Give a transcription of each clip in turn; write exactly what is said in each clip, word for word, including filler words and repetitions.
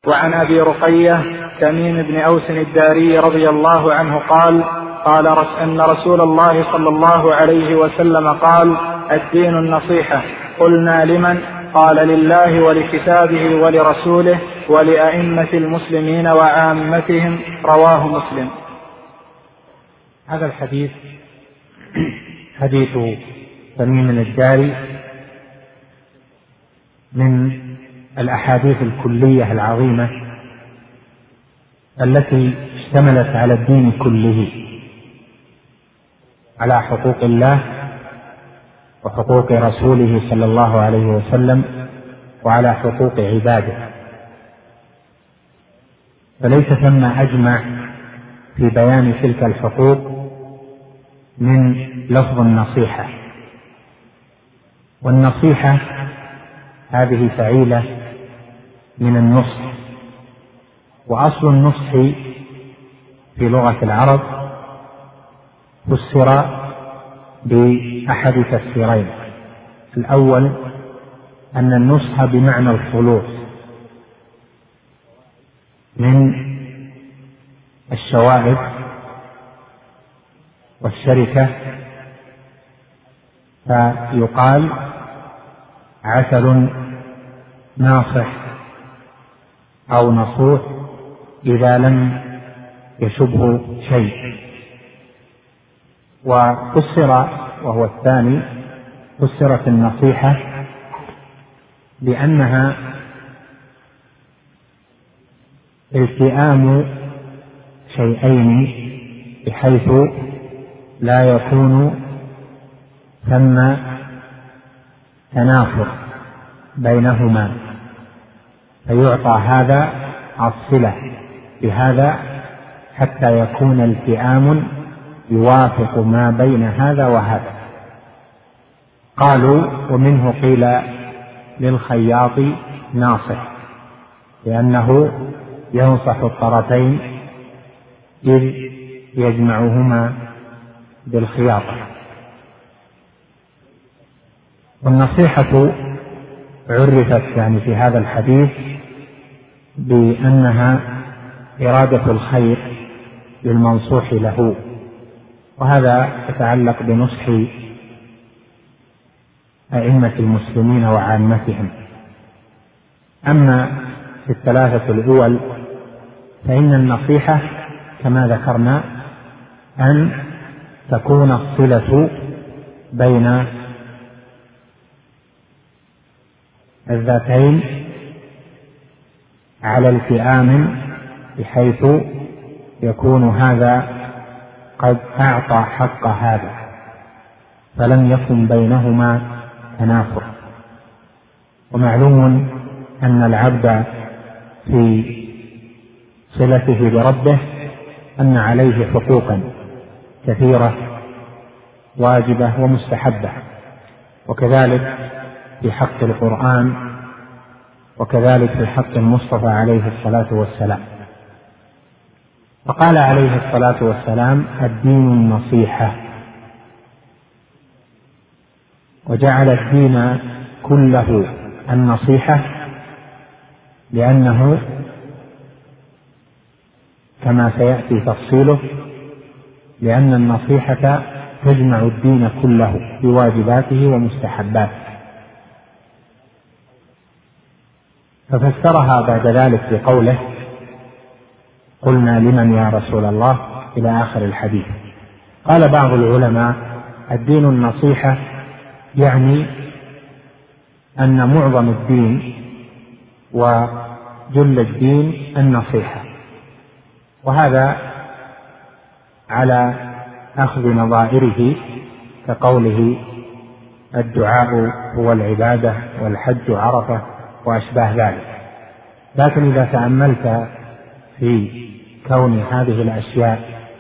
وعن أبي رقية تميم بن أوس الداري رضي الله عنه قال قال أن رسول الله صلى الله عليه وسلم قال: الدين النصيحة. قلنا: لمن؟ قال: لله ولكتابه ولرسوله ولأئمة المسلمين وعامتهم. رواه مسلم. هذا الحديث حديث تميم الداري من الأحاديث الكلية العظيمة التي اشتملت على الدين كله، على حقوق الله وحقوق رسوله صلى الله عليه وسلم وعلى حقوق عباده، فليس ثم أجمع في بيان تلك الحقوق من لفظ النصيحة. والنصيحة هذه فعيلة من النصح، وأصل النصح في لغة العرب فسر بأحد تفسيرين: الأول أن النصح بمعنى الخلوص من الشوائب والشركة، فيقال عسل ناصح أو نصوح إذا لم يشبه شيء. وفسر وهو الثاني فسرت النصيحة بأنها التئام شيئين بحيث لا يكون ثم تنافر بينهما، فيعطى هذا الصلة بهذا حتى يكون التئام يوافق ما بين هذا وهذا. قالوا: ومنه قيل للخياط ناصح، لأنه ينصح الطرفين إذ يجمعهما بالخياطة. والنصيحة عرفت يعني في هذا الحديث بأنها إرادة الخير للمنصوح له، وهذا يتعلق بنصح أئمة المسلمين وعامتهم. أما في الثلاثة الأول فإن النصيحة كما ذكرنا أن تكون الصلة بين الذاتين على التئام، بحيث يكون هذا قد أعطى حق هذا فلم يكن بينهما تنافر. ومعلوم أن العبد في صلته بربه أن عليه حقوقا كثيرة واجبة ومستحبة، وكذلك في حق القرآن، وكذلك في حق المصطفى عليه الصلاة والسلام. فقال عليه الصلاة والسلام: الدين النصيحة، وجعل الدين كله النصيحة، لأنه كما سيأتي تفصيله لأن النصيحة تجمع الدين كله بواجباته ومستحباته. ففسرها بعد ذلك بقوله: قلنا: لمن يا رسول الله؟ إلى آخر الحديث. قال بعض العلماء: الدين النصيحة يعني أن معظم الدين وجل الدين النصيحة، وهذا على أخذ نظائره كقوله: الدعاء هو العبادة والحج عرفة وأشباه ذلك. لكن إذا تأملت في كون هذه الأشياء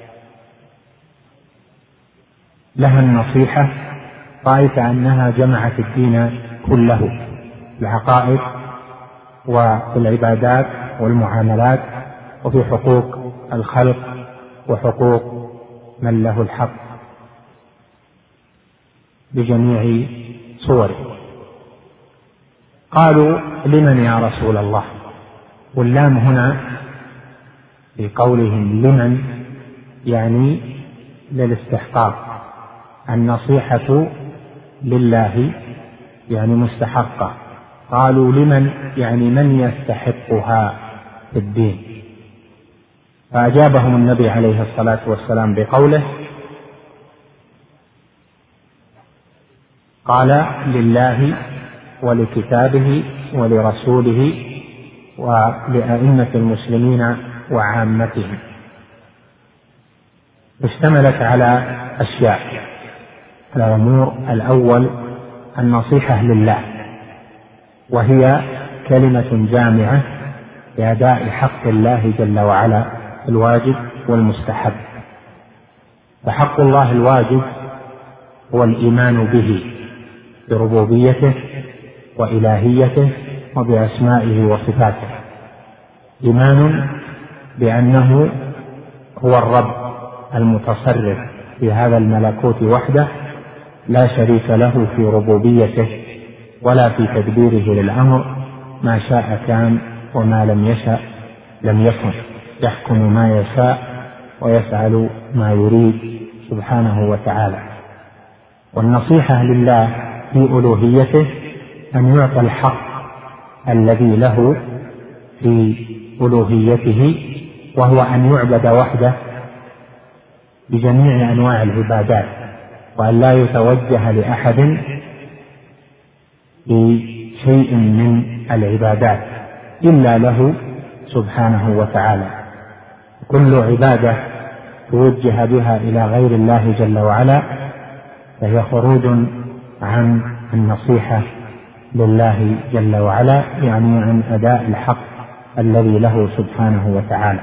لها النصيحة رأيت أنها جمعت الدين كله، العقائد وفي العبادات والمعاملات وفي حقوق الخلق وحقوق من له الحق بجميع صوره. قالوا: لمن يا رسول الله؟ واللام هنا في قولهم لمن يعني للاستحقاق، النصيحة لله يعني مستحقة، قالوا لمن يعني من يستحقها في الدين، فأجابهم النبي عليه الصلاة والسلام بقوله قال لله ولكتابه ولرسوله ولأئمة المسلمين وعامتهم. اشتملت على أشياء. الأمور الأول النصيحة لله، وهي كلمة جامعة لأداء حق الله جل وعلا الواجب والمستحب. فحق الله الواجب هو الإيمان به بربوبيته وإلهيته وبأسمائه وصفاته، إيمان بأنه هو الرب المتصرف في هذا الملكوت وحده، لا شريك له في ربوبيته ولا في تدبيره للأمر، ما شاء كان وما لم يشأ لم يكن، يحكم ما يشاء ويفعل ما يريد سبحانه وتعالى. والنصيحة لله في ألوهيته أن يعطى الحق الذي له في ألوهيته، وهو أن يعبد وحده بجميع أنواع العبادات، وأن لا يتوجه لأحد بشيء من العبادات إلا له سبحانه وتعالى. كل عبادة توجه بها إلى غير الله جل وعلا فهي خروج عن النصيحة لله جل وعلا، يعني عن أداء الحق الذي له سبحانه وتعالى.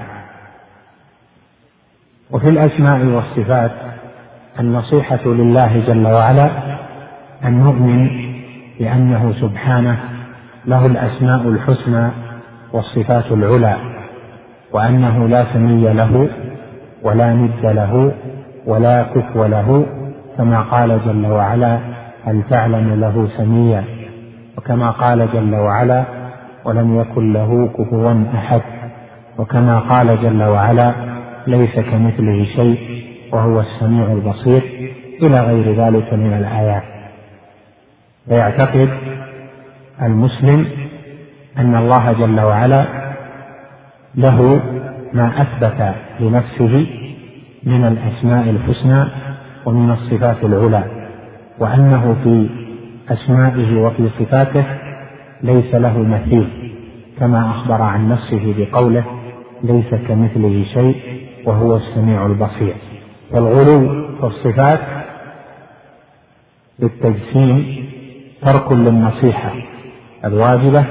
وفي الأسماء والصفات النصيحة لله جل وعلا أن نؤمن بأنه سبحانه له الأسماء الحسنى والصفات العلى، وأنه لا سمي له ولا ند له ولا كفو له، كما قال جل وعلا هل تعلم له سميا، وكما قال جل وعلا ولم يكن له كفوا أحد، وكما قال جل وعلا ليس كمثله شيء وهو السميع البصير، إلى غير ذلك من الآيات. فيعتقد المسلم أن الله جل وعلا له ما أثبت لنفسه من الأسماء الحسنى ومن الصفات العلى، وأنه في أسمائه وفي صفاته ليس له مثيل، كما أخبر عن نفسه بقوله ليس كمثله شيء وهو السميع البصير. والغلو في الصفات بالتجسيم ترك للنصيحة الواجبة،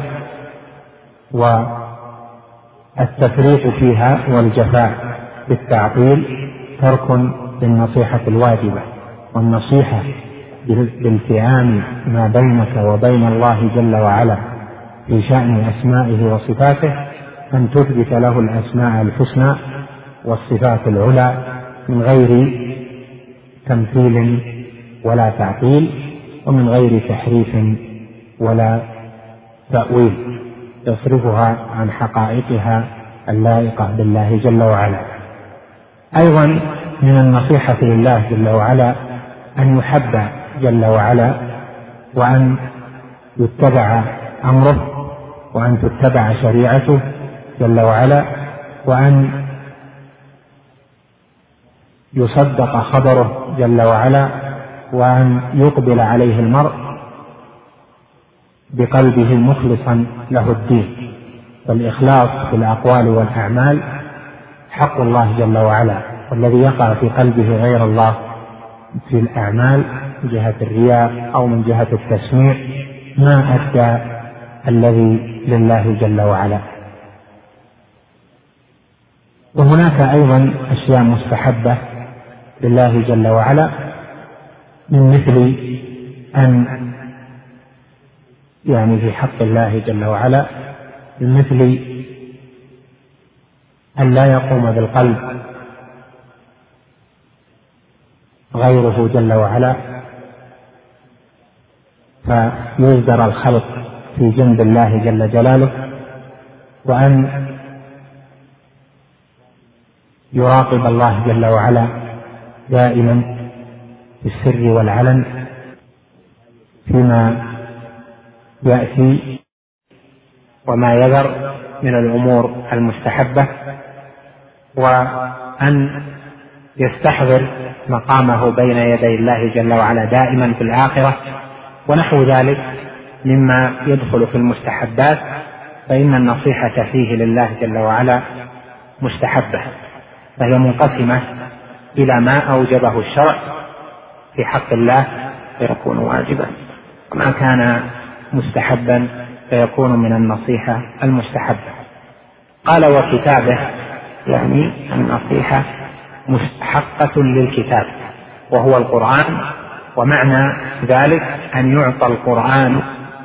والتفريط فيها والجفاء بالتعطيل ترك للنصيحة الواجبة. والنصيحة بالتئام ما بينك وبين الله جل وعلا في شأن أسمائه وصفاته أن تثبت له الأسماء الحسنى والصفات العلى من غير تمثيل ولا تعطيل، ومن غير تحريف ولا تأويل يصرفها عن حقائقها اللائقة بالله جل وعلا. أيضا من النصيحة لله جل وعلا أن يحب جل وعلا، وأن يتبع أمره، وأن تتبع شريعته جل وعلا، وأن يصدق خبره جل وعلا، وأن يقبل عليه المرء بقلبه مخلصا له الدين. فالإخلاص في الأقوال والأعمال حق الله جل وعلا، والذي يقع في قلبه غير الله في الأعمال من جهة الرياء أو من جهة التسميع ما أدى الذي لله جل وعلا. وهناك أيضا أشياء مستحبة لله جل وعلا، من مثل أن يعني في حق الله جل وعلا من مثل أن لا يقوم بالقلب غيره جل وعلا فيصدر الخلق في جنب الله جل جلاله، وأن يراقب الله جل وعلا دائما في السر والعلن فيما يأتي وما يذر من الأمور المستحبة، وأن يستحضر مقامه بين يدي الله جل وعلا دائما في الآخرة ونحو ذلك مما يدخل في المستحبات، فإن النصيحة فيه لله جل وعلا مستحبة، فهي منقسمة إلى ما أوجبه الشرع في حق الله فيكون واجبا، وما كان مستحبا فيكون من النصيحة المستحبة. قال وكتابه، يعني النصيحة مستحقة للكتاب وهو القرآن، ومعنى ذلك أن يعطى القرآن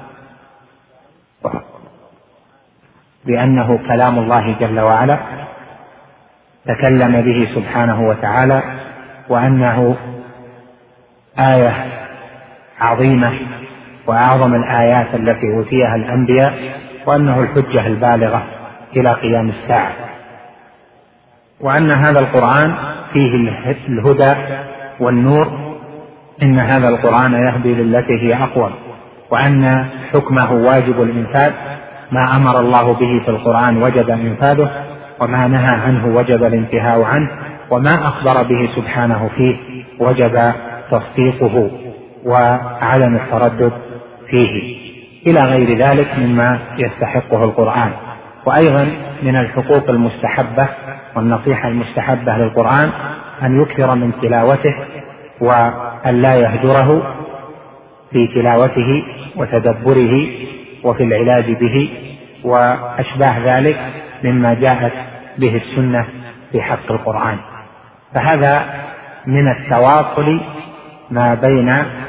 بأنه كلام الله جل وعلا تكلم به سبحانه وتعالى، وأنه آية عظيمة وأعظم الآيات التي أوتيها الأنبياء، وأنه الحجة البالغة إلى قيام الساعة، وأن هذا القرآن فيه الهدى والنور، إن هذا القرآن يهدي للتي هي أقوم، وأن حكمه واجب الإنفاذ، ما أمر الله به في القرآن وجب إنفاذه، وما نهى عنه وجب الانتهاء عنه، وما أخبر به سبحانه فيه وجب تصديقه وعدم التردد فيه، إلى غير ذلك مما يستحقه القرآن. وأيضا من الحقوق المستحبة والنصيحة المستحبة للقرآن أن يكثر من تلاوته، وأن لا يهجره في تلاوته وتدبره وفي العلاج به وأشباه ذلك مما جاءت به السنة في حق القرآن. فهذا من التواصل ما بين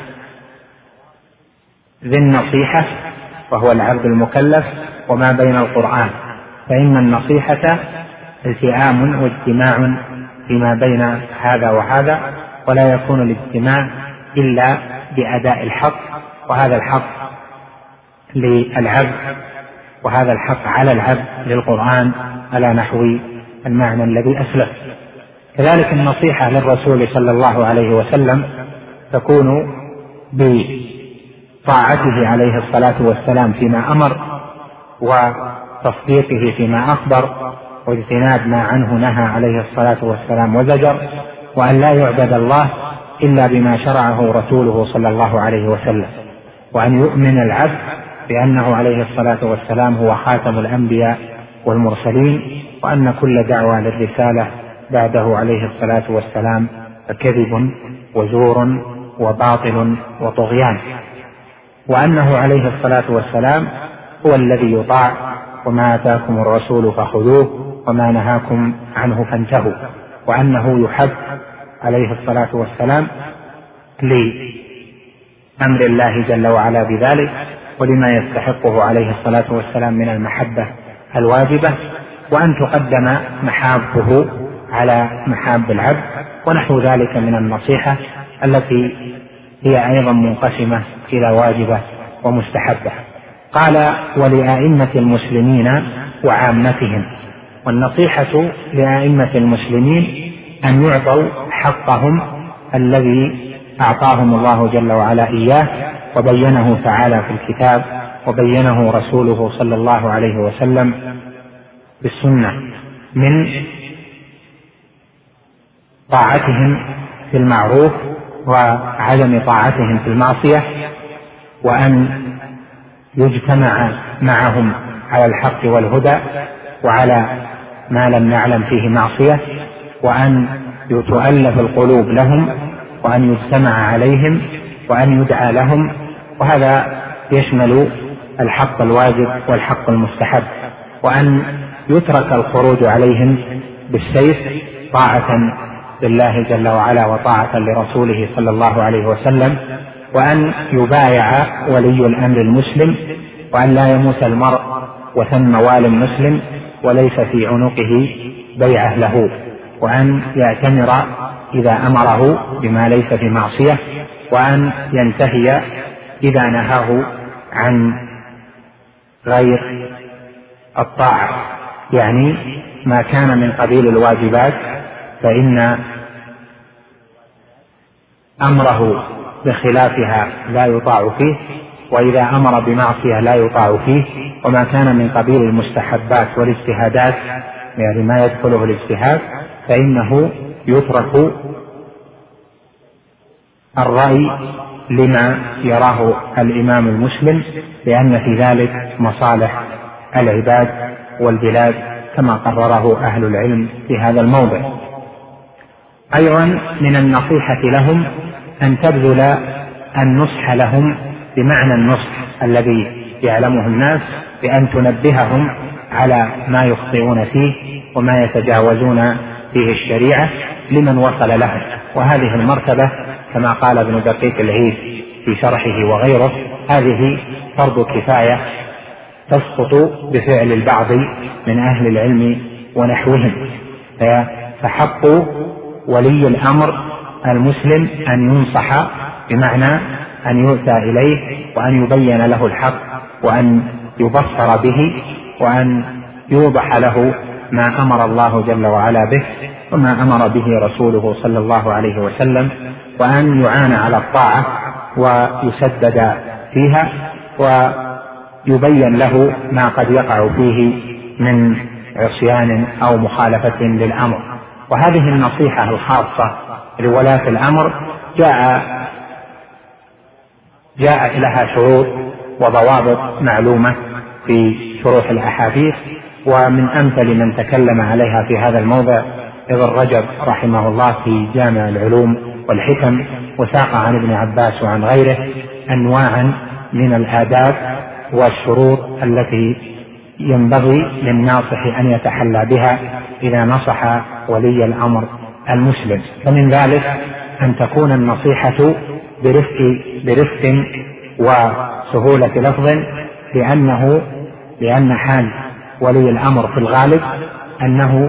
ذي النصيحة وهو العبد المكلف وما بين القرآن، فإن النصيحة التئام واجتماع فيما بين هذا وهذا، ولا يكون الاجتماع إلا بأداء الحق، وهذا الحق للعبد وهذا الحق على العبد للقرآن على نحو المعنى الذي أسلف. كذلك النصيحة للرسول صلى الله عليه وسلم تكون بطاعته عليه الصلاة والسلام فيما أمر، وتصديقه فيما أخبر، واجتناب ما عنه نهى عليه الصلاة والسلام وزجر، وأن لا يعبد الله إلا بما شرعه رسوله صلى الله عليه وسلم، وأن يؤمن العبد بأنه عليه الصلاة والسلام هو خاتم الأنبياء والمرسلين، وأن كل دعوة للرسالة بعده عليه الصلاة والسلام فكذب وزور وباطل وطغيان، وأنه عليه الصلاة والسلام هو الذي يطاع، وما آتاكم الرسول فخذوه وما نهاكم عنه فانتهوا، وأنه يحب عليه الصلاة والسلام لأمر الله جل وعلا بذلك، ولما يستحقه عليه الصلاة والسلام من المحبة الواجبة، وأن تقدم محابه على محاب العبد، ونحو ذلك من النصيحة التي هي أيضا منقسمة إلى واجبة ومستحبة. قال ولأئمة المسلمين وعامتهم، والنصيحة لأئمة المسلمين أن يعطوا حقهم الذي أعطاهم الله جل وعلا إياه، وبينه تعالى في الكتاب، وبينه رسوله صلى الله عليه وسلم بالسنة، من طاعتهم في المعروف وعدم طاعتهم في المعصية، وأن يجتمع معهم على الحق والهدى وعلى ما لم نعلم فيه معصية، وأن تؤلف القلوب لهم، وأن يجتمع عليهم، وأن يدعى لهم، وهذا يشمل الحق الواجب والحق المستحب، وأن يترك الخروج عليهم بالسيف طاعة لله جل وعلا وطاعة لرسوله صلى الله عليه وسلم، وأن يبايع ولي الأمر المسلم، وأن لا يموت المرء وثم وال مسلم وليس في عنقه بيعة له، وأن يأتمر إذا أمره بما ليس في معصية، وأن ينتهي إذا نهاه عن غير الطاعة، يعني ما كان من قبيل الواجبات فإن أمره بخلافها لا يطاع فيه، وإذا أمر بمعصية لا يطاع فيه. وما كان من قبيل المستحبات والاجتهادات، يعني ما يدخله الاجتهاد، فإنه يترك الرأي لما يراه الإمام المسلم، لأن في ذلك مصالح العباد والبلاد كما قرره أهل العلم في هذا الموضع. أيضا من النصيحة لهم أن تبذل النصح لهم بمعنى النصح الذي يعلمه الناس، بأن تنبههم على ما يخطئون فيه وما يتجاوزون فيه الشريعة لمن وصل لهم. وهذه المرتبة كما قال ابن دقيق العيد في شرحه وغيره، هذه فرض كفاية تسقط بفعل البعض من أهل العلم ونحوهم. فحق ولي الأمر المسلم أن ينصح، بمعنى أن يؤتى إليه وأن يبين له الحق وأن يبصر به وأن يوضح له ما أمر الله جل وعلا به وما أمر به رسوله صلى الله عليه وسلم، وأن يعان على الطاعة ويسدد فيها ويبين له ما قد يقع فيه من عصيان أو مخالفة للأمر. وهذه النصيحة الخاصة لولاة الأمر جاء جاء لها شروط وضوابط معلومة في شروح الأحاديث، ومن أمثل من تكلم عليها في هذا الموضع ابن رجب رحمه الله في جامع العلوم والحكم، وساق عن ابن عباس وعن غيره أنواعا من الآداب والشروط التي ينبغي للناصح أن يتحلى بها إذا نصح ولي الأمر المسلم. ومن ذلك أن تكون النصيحة برفق برفق وسهولة لفظ، لأنه لأن حال ولي الأمر في الغالب أنه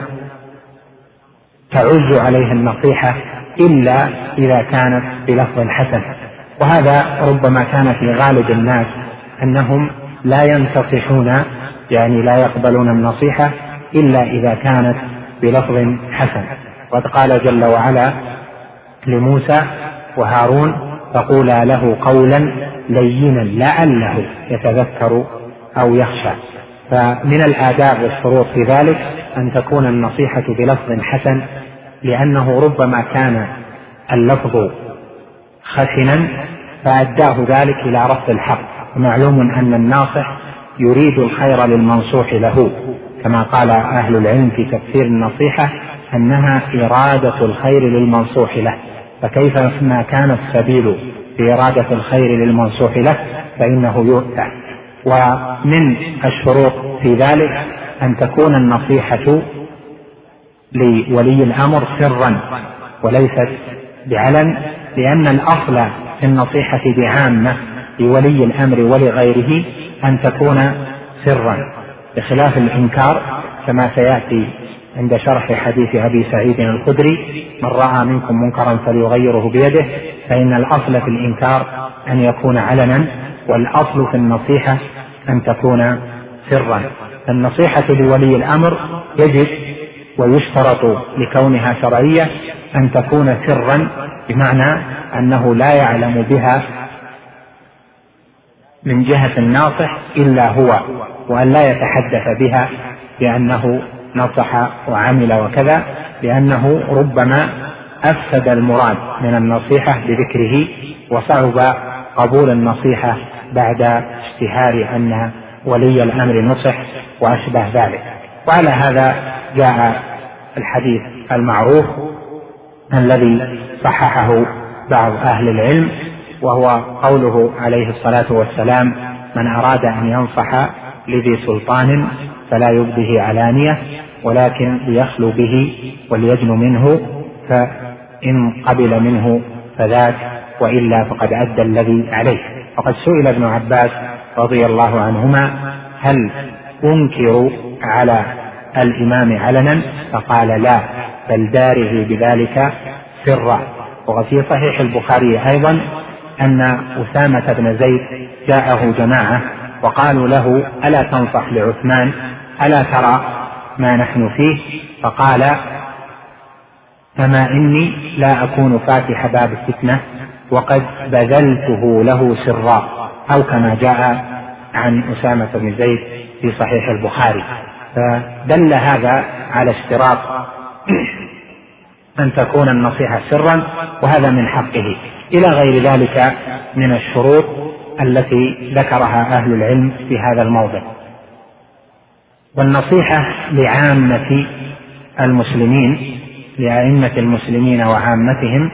تعز عليه النصيحة إلا إذا كانت بلفظ حسن، وهذا ربما كان في غالب الناس أنهم لا ينتصحون، يعني لا يقبلون النصيحة إلا إذا كانت بلفظ حسن. وقد قال جل وعلا لموسى وهارون فقولا له قولا لينا لعله يتذكر أو يخشى. فمن الآداب والشروط في ذلك أن تكون النصيحة بلفظ حسن، لأنه ربما كان اللفظ خشنا فأداه ذلك إلى رفض الحق. ومعلوم أن الناصح يريد الخير للمنصوح له، كما قال أهل العلم في تفسير النصيحة أنها إرادة الخير للمنصوح له، فكيف ما كان السبيل في إرادة الخير للمنصوح له فإنه يؤتى. ومن الشروط في ذلك أن تكون النصيحة لولي الأمر سرا وليست بعلن، لأن الأصل في النصيحة بعامة لولي الأمر ولغيره أن تكون سرا، بخلاف الإنكار كما سيأتي عند شرح حديث أبي سعيد الخدري من رأى منكم منكرا فليغيره بيده، فإن الأصل في الإنكار أن يكون علنا، والأصل في النصيحة أن تكون سرا. النصيحة لولي الأمر يجب ويشترط لكونها شرعية أن تكون سرا، بمعنى أنه لا يعلم بها من جهة الناصح إلا هو، وأن لا يتحدث بها بأنه نصح وعمل وكذا، لأنه ربما أفسد المراد من النصيحة بذكره، وصعب قبول النصيحة بعد اشتهار أن ولي الأمر نصح وأشبه ذلك. وعلى هذا جاء الحديث المعروف الذي صححه بعض أهل العلم، وهو قوله عليه الصلاة والسلام من أراد أن ينصح لذي سلطان فلا يبده علانية ولكن ليخلو به وليجن منه، فإن قبل منه فذاك وإلا فقد أدى الذي عليه. وقد سئل ابن عباس رضي الله عنهما هل أنكر على الإمام علنا؟ فقال لا، بل داره بذلك سرا. وفي صحيح البخاري أيضا أن أسامة بن زيد جاءه جماعة وقالوا له ألا تنصح لعثمان؟ ألا ترى ما نحن فيه؟ فقال أما إني لا أكون فاتح باب الفتنة وقد بذلته له سرا، أو كما جاء عن أسامة بن زيد في صحيح البخاري. فدل هذا على اشتراط أن تكون النصيحة سرا، وهذا من حقه، إلى غير ذلك من الشروط التي ذكرها أهل العلم في هذا الموضع. والنصيحة لعامة المسلمين، لأئمة المسلمين وعامتهم.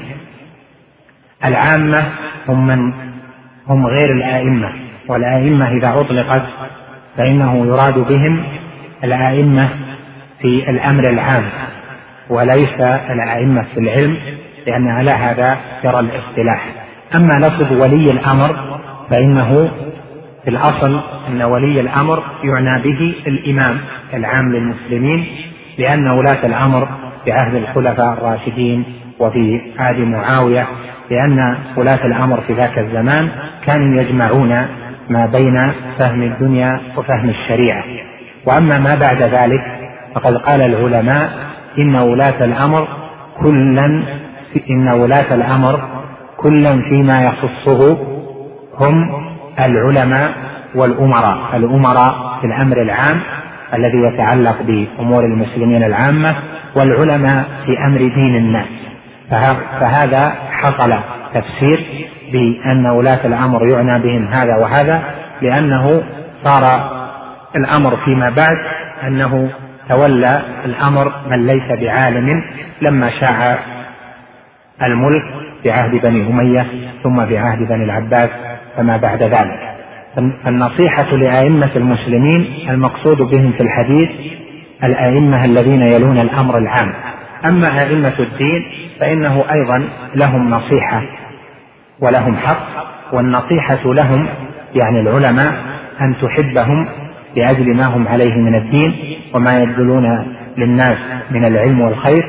العامة هم من هم غير الآئمة، والآئمة إذا أطلقت فإنه يراد بهم الآئمة في الأمر العام وليس الآئمة في العلم، لأن على هذا يرى الاصطلاح. أما لفظ ولي الأمر فإنه في الأصل أن ولي الأمر يعنى به الإمام العام للمسلمين، لأن ولاة الأمر في عهد الخلفاء الراشدين وفي عهد معاوية، لأن ولاة الأمر في ذاك الزمان كانوا يجمعون ما بين فهم الدنيا وفهم الشريعة. وأما ما بعد ذلك فقد قال العلماء إن ولاة الأمر كلا إن ولاة الأمر كلا فيما يخصه هم العلماء والأمراء، الأمراء في الأمر العام الذي يتعلق بأمور المسلمين العامة، والعلماء في أمر دين الناس. فهذا حصل تفسير بأن ولاة الأمر يعنى بهم هذا وهذا، لأنه صار الأمر فيما بعد أنه تولى الأمر من ليس بعالم لما شاع الملك بعهد بني أمية ثم بعهد بني العباس فما بعد ذلك. فالنصيحة لأئمة المسلمين المقصود بهم في الحديث الأئمة الذين يلون الأمر العام. أما أئمة الدين فإنه أيضا لهم نصيحة ولهم حق، والنصيحة لهم يعني العلماء أن تحبهم لأجل ما هم عليه من الدين وما يبذلون للناس من العلم والخير،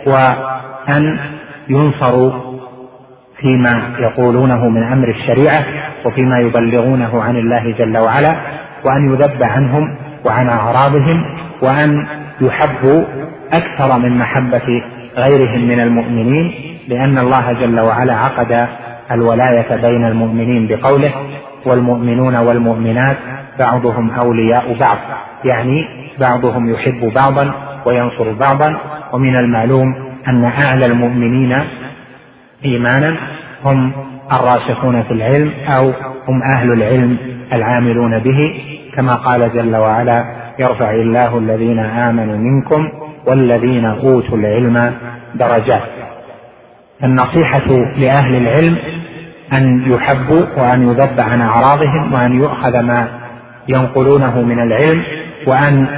وأن ينصروا فيما يقولونه من أمر الشريعة وفيما يبلغونه عن الله جل وعلا، وأن يذب عنهم وعن أعراضهم، وأن يحبوا أكثر من محبة غيرهم من المؤمنين، لأن الله جل وعلا عقد الولاية بين المؤمنين بقوله والمؤمنون والمؤمنات بعضهم أولياء بعض، يعني بعضهم يحب بعضا وينصر بعضا. ومن المعلوم أن أعلى المؤمنين إيمانا هم الراسخون في العلم أو هم أهل العلم العاملون به، كما قال جل وعلا يرفع الله الذين آمنوا منكم والذين أوتوا العلم درجات. النصيحة لأهل العلم أن يحبوا وأن يذب عن أعراضهم وأن يؤخذ ما ينقلونه من العلم، وأن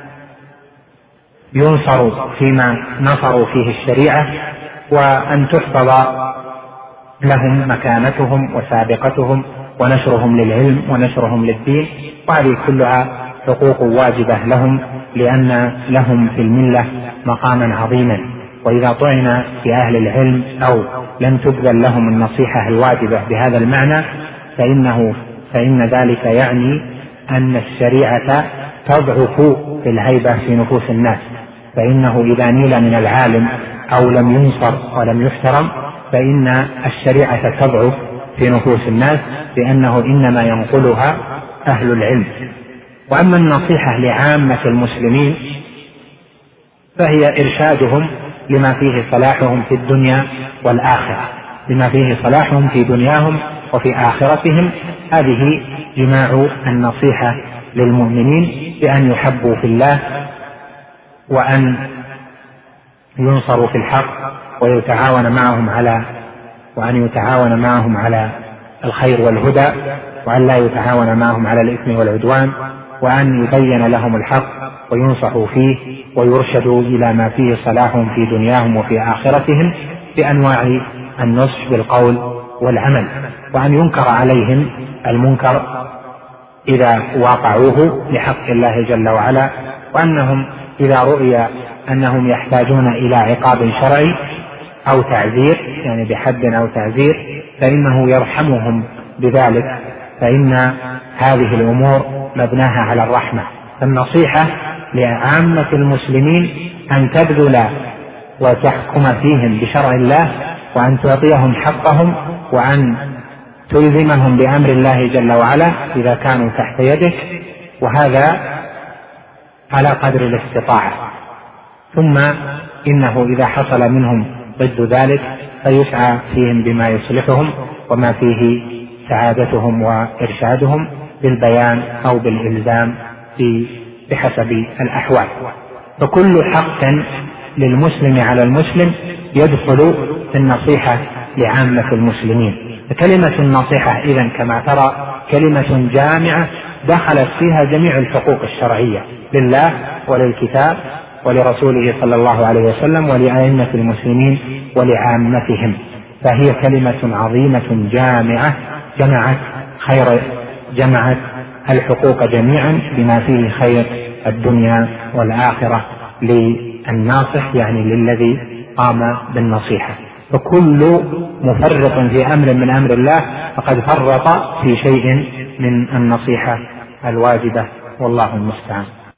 ينصروا فيما نصروا فيه الشريعة، وأن تحفظ لهم مكانتهم وسابقتهم ونشرهم للعلم ونشرهم للدين. وهذه كلها حقوق واجبة لهم، لأن لهم في الملة مقاما عظيما. وإذا طعن في أهل العلم أو لم تبذل لهم النصيحة الواجبة بهذا المعنى فإنه فإن ذلك يعني أن الشريعة تضعف في الهيبة في نفوس الناس، فإنه إذا نيل من العالم أو لم ينصر ولم يحترم فإن الشريعة تضعف في نفوس الناس، لأنه إنما ينقلها أهل العلم. وأما النصيحة لعامة المسلمين فهي إرشادهم لما فيه صلاحهم في الدنيا والآخرة، لما فيه صلاحهم في دنياهم وفي آخرتهم. هذه جماع النصيحة للمؤمنين بأن يحبوا في الله، وأن ينصروا في الحق، ويتعاون معهم على وأن يتعاون معهم على الخير والهدى، وأن لا يتعاون معهم على الإثم والعدوان، وأن يبين لهم الحق وينصحوا فيه ويرشدوا إلى ما فيه صلاحهم في دنياهم وفي آخرتهم بأنواع النصح بالقول والعمل، وأن ينكر عليهم المنكر إذا واقعوه لحق الله جل وعلا، وأنهم إذا رؤي أنهم يحتاجون إلى عقاب شرعي أو تعزير يعني بحد أو تعزير فإنه يرحمهم بذلك، فإن هذه الأمور مبناها على الرحمة. فالنصيحة لعامة المسلمين أن تبذل وتحكم فيهم بشرع الله، وأن تعطيهم حقهم، وأن تلزمهم بأمر الله جل وعلا إذا كانوا تحت يدك، وهذا على قدر الاستطاعة. ثم إنه إذا حصل منهم ضد ذلك فيسعى فيهم بما يصلحهم وما فيه سعادتهم وإرشادهم بالبيان أو بالإلزام بحسب الأحوال. فكل حق للمسلم على المسلم يدخل في النصيحة لعامة المسلمين. فكلمة النصيحة إذن كما ترى كلمة جامعة دخلت فيها جميع الحقوق الشرعية لله وللكتاب ولرسوله صلى الله عليه وسلم ولأئمة المسلمين ولعامتهم. فهي كلمة عظيمة جامعة جمعت خير جمعت الحقوق جميعا بما فيه خير الدنيا والآخرة للناصح، يعني للذي قام بالنصيحة. فكل مفرط في أمر من أمر الله فقد فرط في شيء من النصيحة الواجبة، والله المستعان.